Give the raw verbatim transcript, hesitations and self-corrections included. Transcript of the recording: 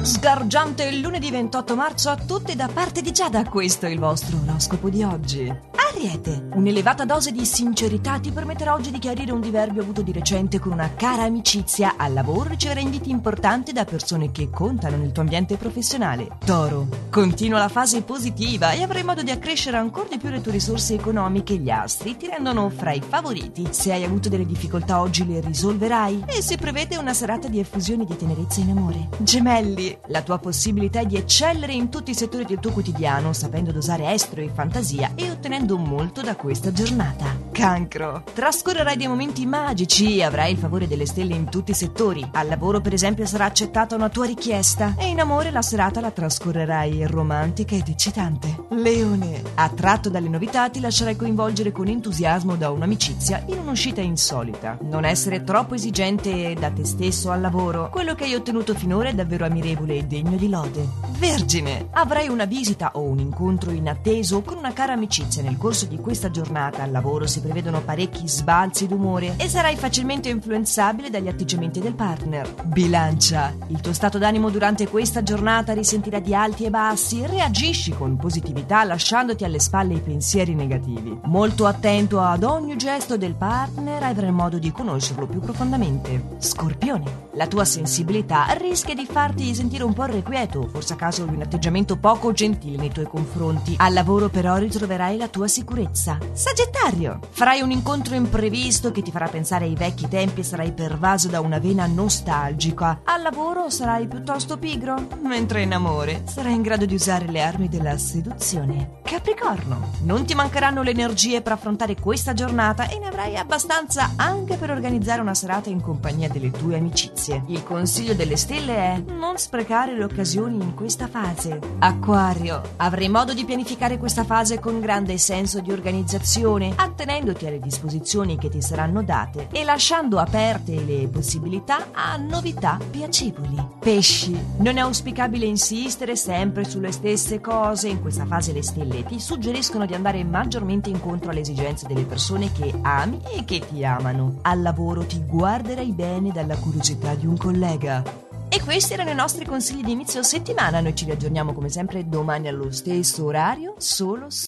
Sgargiante il lunedì ventotto marzo a tutti da parte di Giada, questo è il vostro oroscopo di oggi. Ariete, un'elevata dose di sincerità ti permetterà oggi di chiarire un diverbio avuto di recente con una cara amicizia. Al lavoro riceverai inviti importanti da persone che contano nel tuo ambiente professionale. Toro, continua la fase positiva e avrai modo di accrescere ancora di più le tue risorse economiche. Gli astri ti rendono fra i favoriti. Se hai avuto delle difficoltà oggi le risolverai e si prevede una serata di effusione di tenerezza in amore. Gemelli, la tua possibilità è di eccellere in tutti i settori del tuo quotidiano, sapendo dosare estro e fantasia e ottenendo molto da questa giornata. Cancro, trascorrerai dei momenti magici e avrai il favore delle stelle in tutti i settori. Al lavoro, per esempio, sarà accettata una tua richiesta e in amore la serata la trascorrerai romantica ed eccitante. Leone, attratto dalle novità, ti lascerai coinvolgere con entusiasmo da un'amicizia in un'uscita insolita. Non essere troppo esigente da te stesso al lavoro. Quello che hai ottenuto finora è davvero ammirevole e degno di lode. Vergine, avrai una visita o un incontro inatteso con una cara amicizia. Nel corso di questa giornata al lavoro si prevedono parecchi sbalzi d'umore e sarai facilmente influenzabile dagli atteggiamenti del partner. Bilancia, il tuo stato d'animo durante questa giornata risentirà di alti e bassi. Reagisci con positività lasciandoti alle spalle i pensieri negativi. Molto attento ad ogni gesto del partner, avrai modo di conoscerlo più profondamente. Scorpione, la tua sensibilità rischia di farti sentire un po' irrequieto, forse a causa di un atteggiamento poco gentile nei tuoi confronti. Al lavoro però ritroverai la tua sicurezza. Sagittario, farai un incontro imprevisto che ti farà pensare ai vecchi tempi e sarai pervaso da una vena nostalgica. Al lavoro sarai piuttosto pigro, mentre in amore sarai in grado di usare le armi della seduzione. Capricorno, non ti mancheranno le energie per affrontare questa giornata e ne avrai abbastanza anche per organizzare una serata in compagnia delle tue amicizie. Il consiglio delle stelle è non sprecare le occasioni in questa fase. Acquario, avrai modo di pianificare questa fase con grande senso di organizzazione, attenendoti alle disposizioni che ti saranno date e lasciando aperte le possibilità a novità piacevoli. Pesci, non è auspicabile insistere sempre sulle stesse cose. In questa fase le stelle ti suggeriscono di andare maggiormente incontro alle esigenze delle persone che ami e che ti amano. Al lavoro ti guarderai bene dalla curiosità di un collega. E questi erano i nostri consigli di inizio settimana. Noi ci riaggiorniamo come sempre domani allo stesso orario, solo